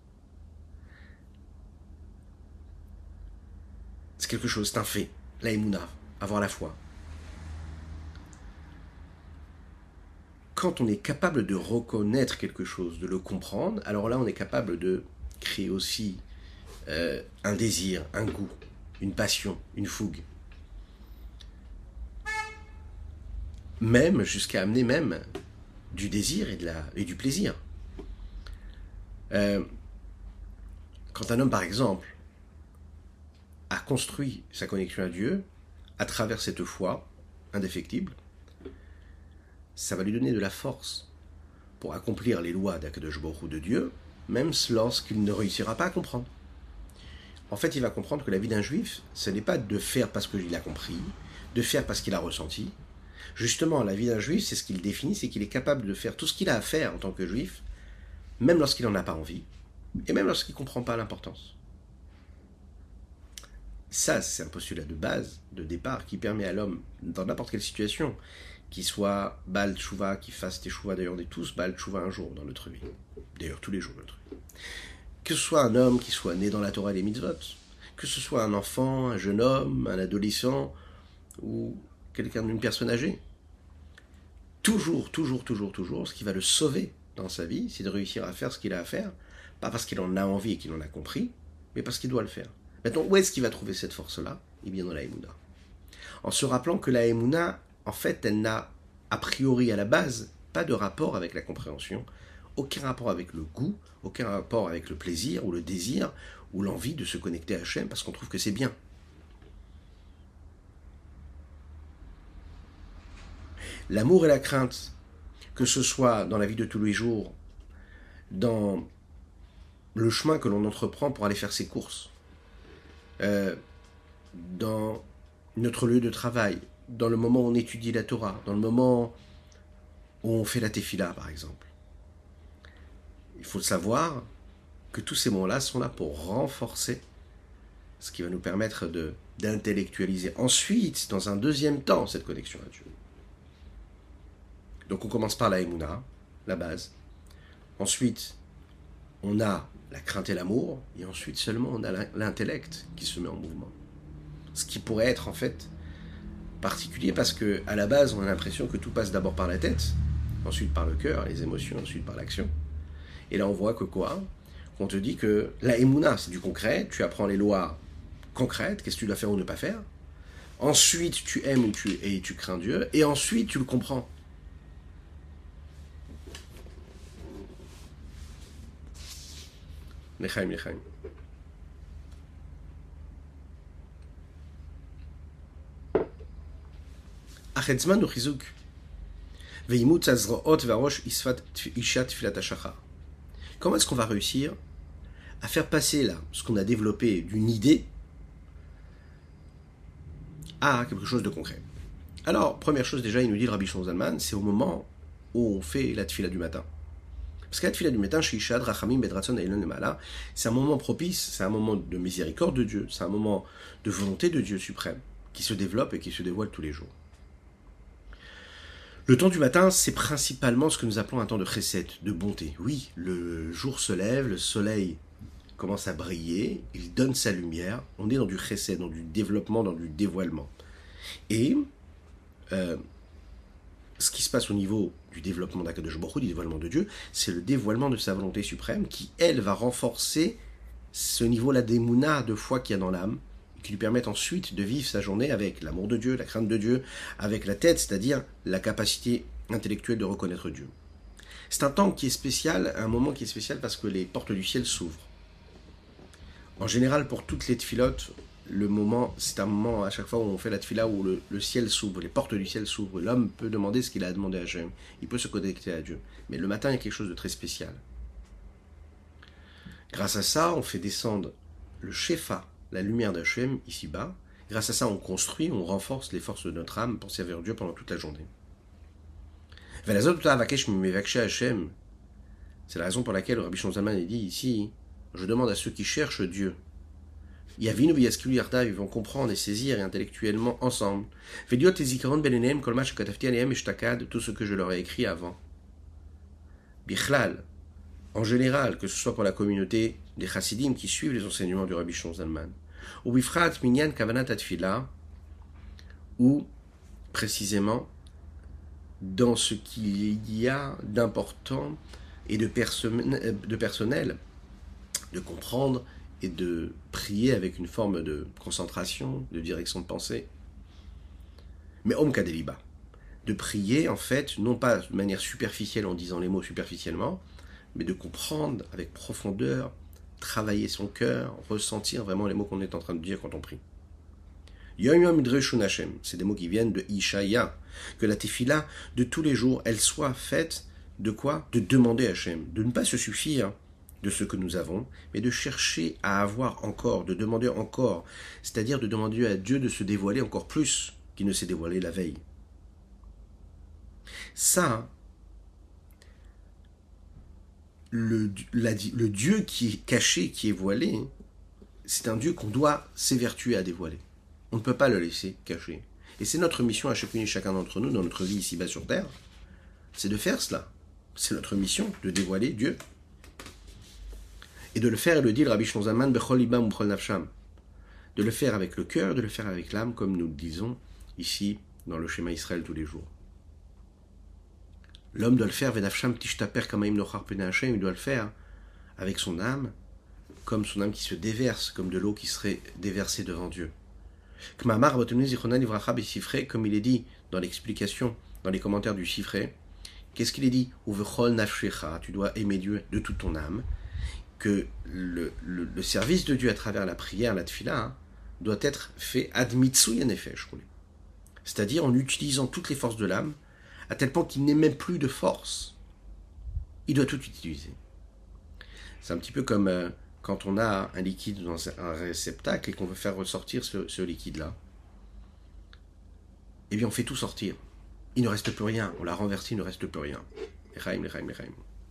A: C'est quelque chose, c'est un fait. La Emouna, avoir la foi. Quand on est capable de reconnaître quelque chose, de le comprendre, alors là on est capable de créer aussi euh, un désir, un goût, une passion, une fougue. Même jusqu'à amener même du désir et, de la, et du plaisir. Euh, quand un homme par exemple a construit sa connexion à Dieu à travers cette foi indéfectible, ça va lui donner de la force pour accomplir les lois d'Akadosh Baruch Hu de Dieu, même lorsqu'il ne réussira pas à comprendre. En fait, il va comprendre que la vie d'un juif, ce n'est pas de faire parce qu'il a compris, de faire parce qu'il a ressenti. Justement, la vie d'un juif, c'est ce qu'il définit, c'est qu'il est capable de faire tout ce qu'il a à faire en tant que juif, même lorsqu'il n'en a pas envie, et même lorsqu'il ne comprend pas l'importance. Ça, c'est un postulat de base, de départ, qui permet à l'homme, dans n'importe quelle situation, qu'il soit Baal Tshuva, qu'il fasse Teshuva, d'ailleurs on est tous Baal Tshuva un jour dans notre vie, d'ailleurs tous les jours de notre vie. Que ce soit un homme qui soit né dans la Torah et les mitzvot, que ce soit un enfant, un jeune homme, un adolescent, ou quelqu'un d'une personne âgée, toujours, toujours, toujours, toujours, ce qui va le sauver dans sa vie, c'est de réussir à faire ce qu'il a à faire, pas parce qu'il en a envie et qu'il en a compris, mais parce qu'il doit le faire. Maintenant, où est-ce qu'il va trouver cette force-là? Eh bien dans la Emouna. En se rappelant que la Emouna, en fait, elle n'a, a priori, à la base, pas de rapport avec la compréhension, aucun rapport avec le goût, aucun rapport avec le plaisir, ou le désir, ou l'envie de se connecter à Hachem, parce qu'on trouve que c'est bien. L'amour et la crainte, que ce soit dans la vie de tous les jours, dans le chemin que l'on entreprend pour aller faire ses courses, euh, dans notre lieu de travail, dans le moment où on étudie la Torah, dans le moment où on fait la tefila, par exemple. Il faut savoir que tous ces moments-là sont là pour renforcer ce qui va nous permettre de, d'intellectualiser ensuite, dans un deuxième temps, cette connexion à Dieu. Donc on commence par la Emouna, la base. Ensuite, on a la crainte et l'amour, et ensuite seulement on a l'intellect qui se met en mouvement. Ce qui pourrait être en fait particulier parce que à la base on a l'impression que tout passe d'abord par la tête, ensuite par le cœur, les émotions, ensuite par l'action. Et là on voit que quoi? On te dit que la Emouna c'est du concret, tu apprends les lois concrètes, qu'est-ce que tu dois faire ou ne pas faire. Ensuite tu aimes ou tu, et tu crains Dieu, et ensuite tu le comprends. Lechaim, lechaim. Achetzman ou chizuk. Veimut azroot varosh isfat ishat filat hashachar. Comment est-ce qu'on va réussir à faire passer là ce qu'on a développé d'une idée à quelque chose de concret? Alors, première chose déjà, il nous dit le Rabbi Shlomo Zalman, c'est au moment où on fait la tefila du matin. Parce que la tefila du matin, chez Ishad, Rachamim, Bedratzon, Eilon, Lemala, c'est un moment propice, c'est un moment de miséricorde de Dieu, c'est un moment de volonté de Dieu suprême, qui se développe et qui se dévoile tous les jours. Le temps du matin, c'est principalement ce que nous appelons un temps de chesed, de bonté. Oui, le jour se lève, le soleil commence à briller, il donne sa lumière, on est dans du chesed, dans du développement, dans du dévoilement. Et euh, ce qui se passe au niveau du développement d'Akadosh Baruch Hu, du dévoilement de Dieu, c'est le dévoilement de sa volonté suprême qui, elle, va renforcer ce niveau-là d'émouna, de foi qu'il y a dans l'âme, qui lui permettent ensuite de vivre sa journée avec l'amour de Dieu, la crainte de Dieu, avec la tête, c'est-à-dire la capacité intellectuelle de reconnaître Dieu. C'est un temps qui est spécial, un moment qui est spécial parce que les portes du ciel s'ouvrent. En général, pour toutes les tfilotes, le moment, c'est un moment à chaque fois où on fait la tefila où le, le ciel s'ouvre, les portes du ciel s'ouvrent. L'homme peut demander ce qu'il a demandé à Hachem. Il peut se connecter à Dieu. Mais le matin, il y a quelque chose de très spécial. Grâce à ça, on fait descendre le Shefa, la lumière d'Hachem, ici-bas. Grâce à ça, on construit, on renforce les forces de notre âme pour servir Dieu pendant toute la journée. C'est la raison pour laquelle le Rabbi Shimon Zalman dit ici, je demande à ceux qui cherchent Dieu. Yavinu v'yaskulu yardav, ils vont comprendre et saisir et intellectuellement ensemble. Vediot et zikaron belenem kol ma shekatavti alehem eshtakad, tout ce que je leur ai écrit avant. Bichlal, en général, que ce soit pour la communauté des chassidim qui suivent les enseignements du Rabbi Shimon Zalman, ou bifrat minyan kavanat atfila, ou précisément dans ce qu'il y a d'important et de, perso- de personnel, de comprendre et de prier avec une forme de concentration, de direction de pensée. Mais Om Kadeliba, de prier en fait, non pas de manière superficielle en disant les mots superficiellement, mais de comprendre avec profondeur, travailler son cœur, ressentir vraiment les mots qu'on est en train de dire quand on prie. Yom Yom Idreshun Hashem, c'est des mots qui viennent de Ishaya, que la tefila de tous les jours, elle soit faite de quoi? De demander à Hashem, de ne pas se suffire de ce que nous avons, mais de chercher à avoir encore, de demander encore, c'est-à-dire de demander à Dieu de se dévoiler encore plus qu'il ne s'est dévoilé la veille. Ça, le, la, le Dieu qui est caché, qui est voilé, c'est un Dieu qu'on doit s'évertuer à dévoiler. On ne peut pas le laisser cacher. Et c'est notre mission à chacune et chacun d'entre nous, dans notre vie ici-bas sur Terre, c'est de faire cela. C'est notre mission, de dévoiler Dieu. Et de le faire, et le dit le Rabbi Shimon Zalman, bechol libam u'bechol nafsham. De le faire avec le cœur, de le faire avec l'âme, comme nous le disons ici, dans le schéma Israël tous les jours. L'homme doit le faire, venafsham tishtaper kamaim nochar pene Hashem, il doit le faire avec son âme, comme son âme qui se déverse, comme de l'eau qui serait déversée devant Dieu. Comme il est dit dans l'explication, dans les commentaires du Sifré, qu'est-ce qu'il est dit? Tu dois aimer Dieu de toute ton âme, que le, le, le service de Dieu à travers la prière, la tefila, hein, doit être fait ad mitsuya nefesh, c'est-à-dire en utilisant toutes les forces de l'âme, à tel point qu'il n'est même plus de force. Il doit tout utiliser. C'est un petit peu comme euh, quand on a un liquide dans un réceptacle et qu'on veut faire ressortir ce, ce liquide-là. Eh bien, on fait tout sortir. Il ne reste plus rien. On l'a renversé, il ne reste plus rien. Echaim, echaim, echaim.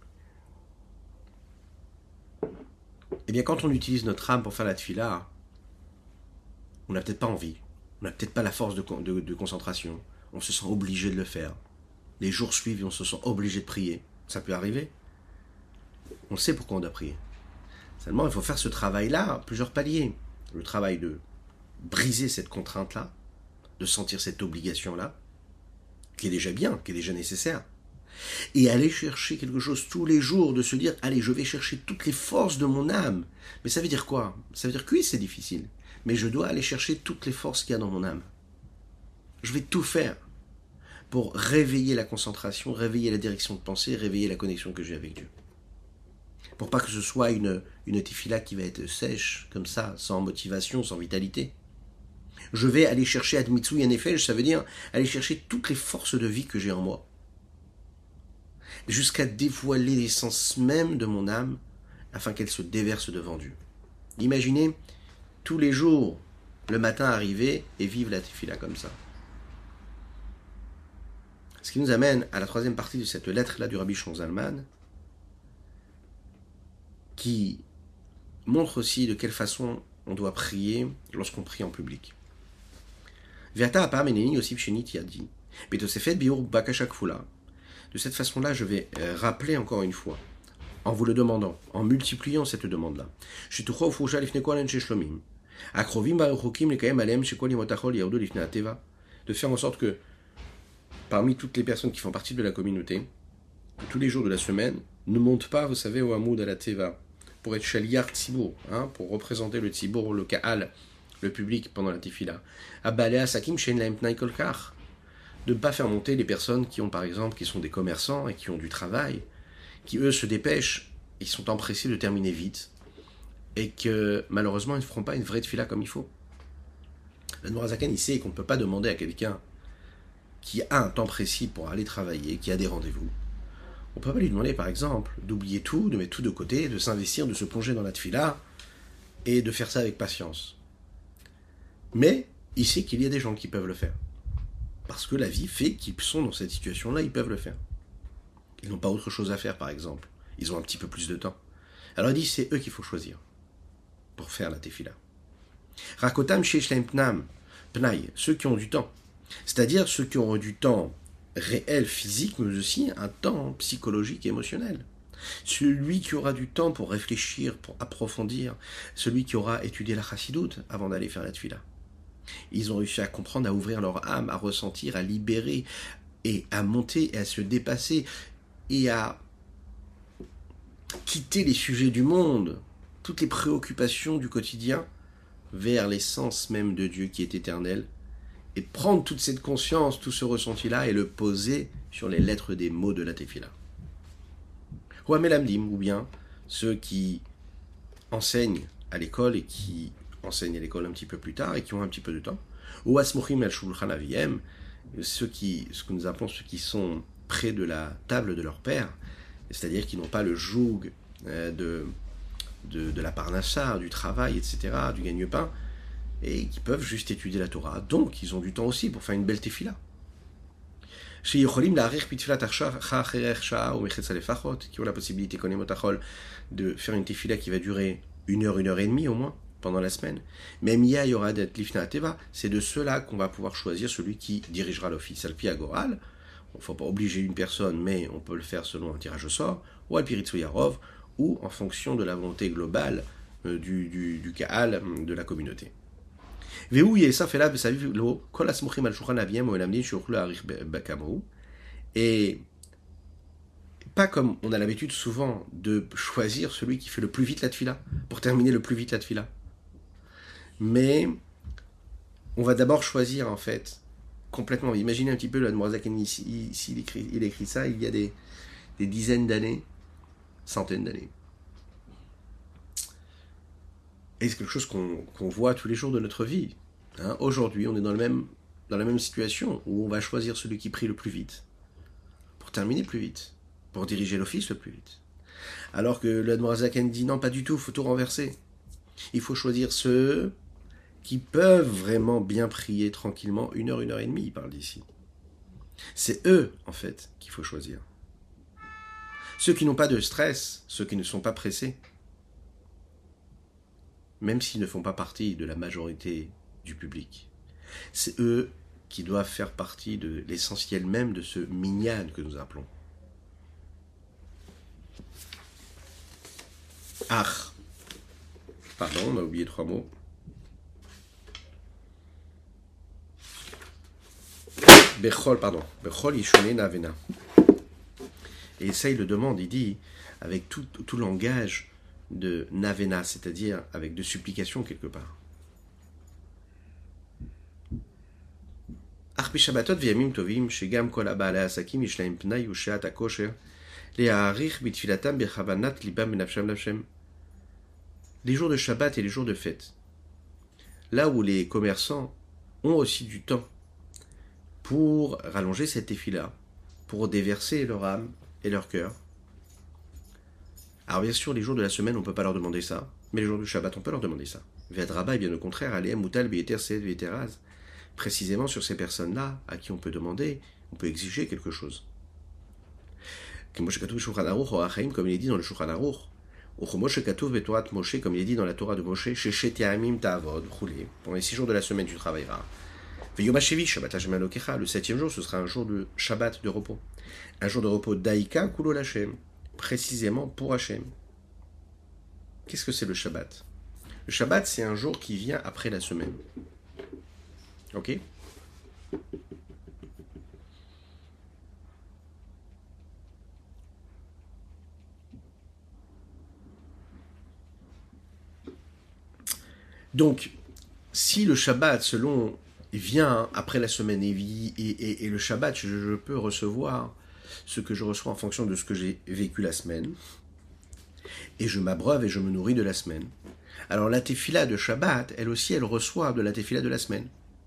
A: Eh bien, quand on utilise notre âme pour faire la tefila, on n'a peut-être pas envie. On n'a peut-être pas la force de, de, de concentration. On se sent obligé de le faire. Les jours suivent et on se sent obligé de prier. Ça peut arriver. On sait pourquoi on doit prier. Seulement, il faut faire ce travail-là à plusieurs paliers. Le travail de briser cette contrainte-là, de sentir cette obligation-là, qui est déjà bien, qui est déjà nécessaire, et aller chercher quelque chose tous les jours, de se dire, allez, je vais chercher toutes les forces de mon âme. Mais ça veut dire quoi? Ça veut dire que oui, c'est difficile, mais je dois aller chercher toutes les forces qu'il y a dans mon âme. Je vais tout faire pour réveiller la concentration, réveiller la direction de pensée, réveiller la connexion que j'ai avec Dieu. Pour pas que ce soit une, une tefila qui va être sèche, comme ça, sans motivation, sans vitalité. Je vais aller chercher Admitsu Yanefesh, ça veut dire aller chercher toutes les forces de vie que j'ai en moi. Jusqu'à dévoiler l'essence même de mon âme, afin qu'elle se déverse devant Dieu. Imaginez, tous les jours, le matin arriver et vivre la tefila comme ça. Ce qui nous amène à la troisième partie de cette lettre-là du Rabbi Shimon Zalman, qui montre aussi de quelle façon on doit prier lorsqu'on prie en public. De cette façon-là, je vais rappeler encore une fois, en vous le demandant, en multipliant cette demande-là. De faire en sorte que, parmi toutes les personnes qui font partie de la communauté, que tous les jours de la semaine, ne montent pas, vous savez, au hamoud à la teva, pour être shaliar tzibour, hein, pour représenter le tzibour, le ka'al, le public pendant la tefila. Abalea sakim shein laim tnai kolkar. De ne pas faire monter les personnes qui ont, par exemple, qui sont des commerçants et qui ont du travail, qui eux se dépêchent, ils sont empressés de terminer vite, et que malheureusement ils ne feront pas une vraie tefila comme il faut. Le Nourazakan, il sait qu'on ne peut pas demander à quelqu'un qui a un temps précis pour aller travailler, qui a des rendez-vous. On ne peut pas lui demander, par exemple, d'oublier tout, de mettre tout de côté, de s'investir, de se plonger dans la tefila et de faire ça avec patience. Mais il sait qu'il y a des gens qui peuvent le faire. Parce que la vie fait qu'ils sont dans cette situation-là, ils peuvent le faire. Ils n'ont pas autre chose à faire, par exemple. Ils ont un petit peu plus de temps. Alors il dit, c'est eux qu'il faut choisir pour faire la tefila. Rakotam sheishlaim pnam, pnai, ceux qui ont du temps. C'est-à-dire ceux qui auront du temps réel, physique, mais aussi un temps psychologique et émotionnel. Celui qui aura du temps pour réfléchir, pour approfondir, celui qui aura étudié la chassidoute avant d'aller faire la tefila. Ils ont réussi à comprendre, à ouvrir leur âme, à ressentir, à libérer, et à monter, et à se dépasser, et à quitter les sujets du monde, toutes les préoccupations du quotidien, vers l'essence même de Dieu qui est éternel, et prendre toute cette conscience, tout ce ressenti-là, et le poser sur les lettres des mots de la tefila. Ou amelamdim, ou bien ceux qui enseignent à l'école et qui enseignent à l'école un petit peu plus tard et qui ont un petit peu de temps. Ou asmuchim al shulchan aviem, ceux qui, ce que nous appelons ceux qui sont près de la table de leur père, c'est-à-dire qui n'ont pas le joug euh, de, de, de la parnassa, du travail, et cetera, du gagne-pain, et qui peuvent juste étudier la Torah. Donc, ils ont du temps aussi pour faire une belle tefila. Qui ont la possibilité, de faire une tefila qui va durer une heure, une heure et demie au moins, pendant la semaine. Même Yah Yoradet Lifna Teva, c'est de cela qu'on va pouvoir choisir celui qui dirigera l'office. Alpi Agoral, il ne faut pas obliger une personne, mais on peut le faire selon un tirage au sort, ou Alpiritsu Yarov, ou en fonction de la volonté globale euh, du, du, du Kaal, de la communauté. Et pas comme on a l'habitude souvent de choisir celui qui fait le plus vite la tefila, pour terminer le plus vite la tefila. Mais on va d'abord choisir en fait complètement. Imaginez un petit peu le Nourazakan ici, ici il, écrit, il écrit ça il y a des, des dizaines d'années, centaines d'années. Et c'est quelque chose qu'on, qu'on voit tous les jours de notre vie. Hein, aujourd'hui, on est dans, le même, dans la même situation où on va choisir celui qui prie le plus vite, pour terminer plus vite, pour diriger l'office le plus vite. Alors que le Nourazakan dit non, pas du tout, il faut tout renverser. Il faut choisir ceux qui peuvent vraiment bien prier tranquillement une heure, une heure et demie, il parle d'ici. C'est eux, en fait, qu'il faut choisir. Ceux qui n'ont pas de stress, ceux qui ne sont pas pressés, même s'ils ne font pas partie de la majorité du public. C'est eux qui doivent faire partie de l'essentiel même de ce minyan que nous appelons. Ah, pardon, on a oublié trois mots. Bechol, pardon. Bechol Yishone Navena. Et ça, il le demande, il dit, avec tout, tout langage de Navena, c'est-à-dire avec de supplication quelque part. Arpi Shabbatot v'yamim tovim, shegam kol ha'ba'alei asakim yishlaim pnai usheat hakosher, le'ha'arich b'tfilatam b'chavanat libam b'nafsham l'Hashem. Les jours de Shabbat et les jours de fête, là où les commerçants ont aussi du temps pour rallonger cette tefila, pour déverser leur âme et leur cœur. Alors bien sûr, les jours de la semaine, on ne peut pas leur demander ça, mais les jours du Shabbat, on peut leur demander ça. Ve'adraba, et bien au contraire, alem mutal be'eter sed ve'eteraz, précisément sur ces personnes-là, à qui on peut demander, on peut exiger quelque chose. Comme il est dit dans le Shulchan Aruch, comme il est dit dans la Torah de Moshe, pendant les six jours de la semaine, tu travailleras. Le septième jour, ce sera un jour de Shabbat, de repos. Un jour de repos d'Aïka Kulo Hashem, précisément pour Hashem. Qu'est-ce que c'est le Shabbat? Le Shabbat, c'est un jour qui vient après la semaine. Ok? Donc, si le Shabbat, selon, vient après la semaine et, et, et, et le Shabbat, je, je peux recevoir ce que je reçois en fonction de ce que j'ai vécu la semaine, et je m'abreuve et je me nourris de la semaine. Alors la tefila de Shabbat, elle aussi, elle reçoit de la tefila de la semaine.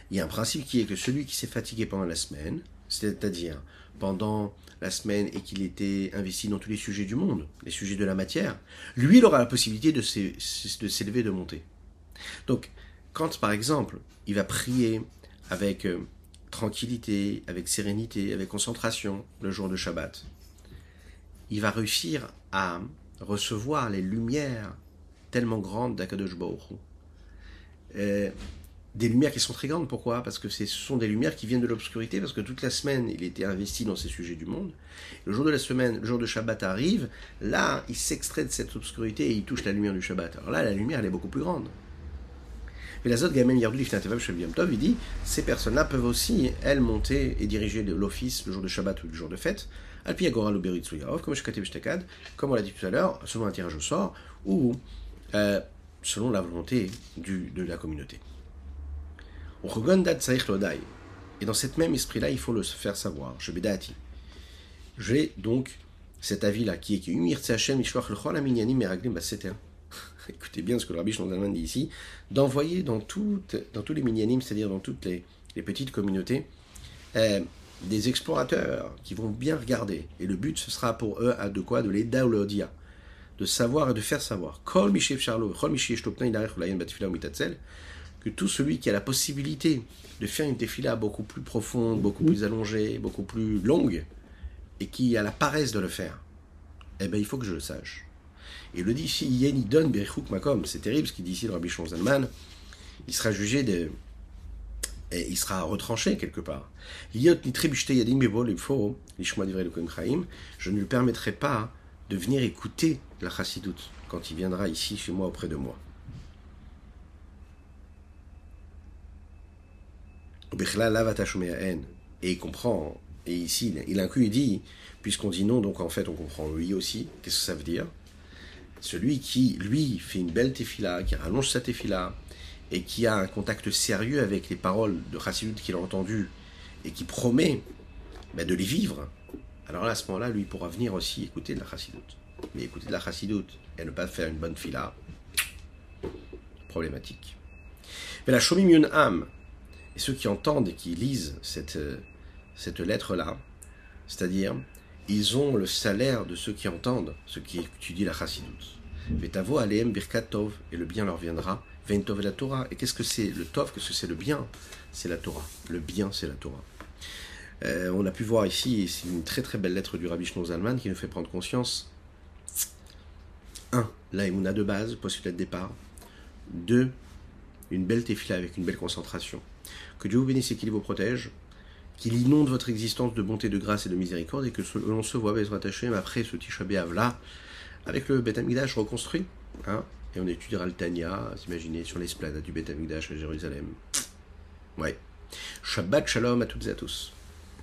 A: il y a un principe qui est que celui qui s'est fatigué pendant la semaine, c'est-à-dire pendant la semaine et qu'il était investi dans tous les sujets du monde, les sujets de la matière, lui, il aura la possibilité de s'élever, de monter. Donc, quand par exemple, il va prier avec euh, tranquillité, avec sérénité, avec concentration le jour de Shabbat, il va réussir à recevoir les lumières tellement grandes d'Akadosh Baruch Hu. Euh, des lumières qui sont très grandes, pourquoi? Parce que ce sont des lumières qui viennent de l'obscurité, parce que toute la semaine, il était investi dans ces sujets du monde. Le jour de la semaine, le jour de Shabbat arrive, là, il s'extrait de cette obscurité et il touche la lumière du Shabbat. Alors là, la lumière, elle est beaucoup plus grande. Mais la Zot Gamen Yardou Lifnei Tevav Shel Yom Tov, il dit, ces personnes-là peuvent aussi, elles, monter et diriger l'office le jour de Shabbat ou le jour de fête, Alpi Agora Luberit Suyarov, comme Shkatev Shtekad, comme on l'a dit tout à l'heure, selon un tirage au sort, ou euh, selon la volonté du, de la communauté. Et dans cet même esprit-là, il faut le faire savoir. Je bedati. J'ai donc cet avis-là qui est qui écoutez bien ce que le Rabbi Shlomo Zalman dit ici, d'envoyer dans, toutes, dans tous les minyanim, c'est-à-dire dans toutes les, les petites communautés, euh, des explorateurs qui vont bien regarder. Et le but, ce sera pour eux de quoi? De l'Eda ou l'Odia. De savoir et de faire savoir. Que tout celui qui a la possibilité de faire une tefila beaucoup plus profonde, beaucoup plus allongée, beaucoup plus longue, et qui a la paresse de le faire, eh bien il faut que je le sache. Et il le dit ici, Yeni Don Berichouk Makom, c'est terrible ce qu'il dit ici le Rabbi Shlomo Zalman, il sera jugé de... et il sera retranché quelque part. Je ne lui permettrai pas de venir écouter la chassidoute quand il viendra ici chez moi auprès de moi. Et il comprend, et ici il inclut, il dit, puisqu'on dit non, donc en fait on comprend oui aussi. Qu'est-ce que ça veut dire? Celui qui, lui, fait une belle tefila, qui rallonge sa tefila, et qui a un contact sérieux avec les paroles de Chassidut qu'il a entendues, et qui promet ben, de les vivre, alors là, à ce moment-là, lui pourra venir aussi écouter de la Chassidut. Mais écouter de la Chassidut et ne pas faire une bonne fila, problématique. Mais la Shomim Yun Am, et ceux qui entendent et qui lisent cette, cette lettre-là, c'est-à-dire, ils ont le salaire de ceux qui entendent, ceux qui étudient la Chassidut. Vetavo aleem birkat tov, et le bien leur viendra. Vein tov et la Torah. Et qu'est-ce que c'est le tov? Qu'est-ce que c'est le bien? C'est la Torah. Le bien, c'est la Torah. Euh, on a pu voir ici, c'est une très très belle lettre du Rabbi Shlomo Zalman qui nous fait prendre conscience. un. La émouna de base, postulat de départ. deux. Une belle tefila avec une belle concentration. Que Dieu vous bénisse et qu'il vous protège, qu'il inonde votre existence de bonté, de grâce et de miséricorde, et que l'on se voit Bezrat Hashem après ce Tisha B'Av là, avec le Beth Amikdash reconstruit, hein, et on étudiera le Tanya, imaginez, sur l'esplanade du Beth Amikdash à Jérusalem. Ouais. Shabbat Shalom à toutes et à tous.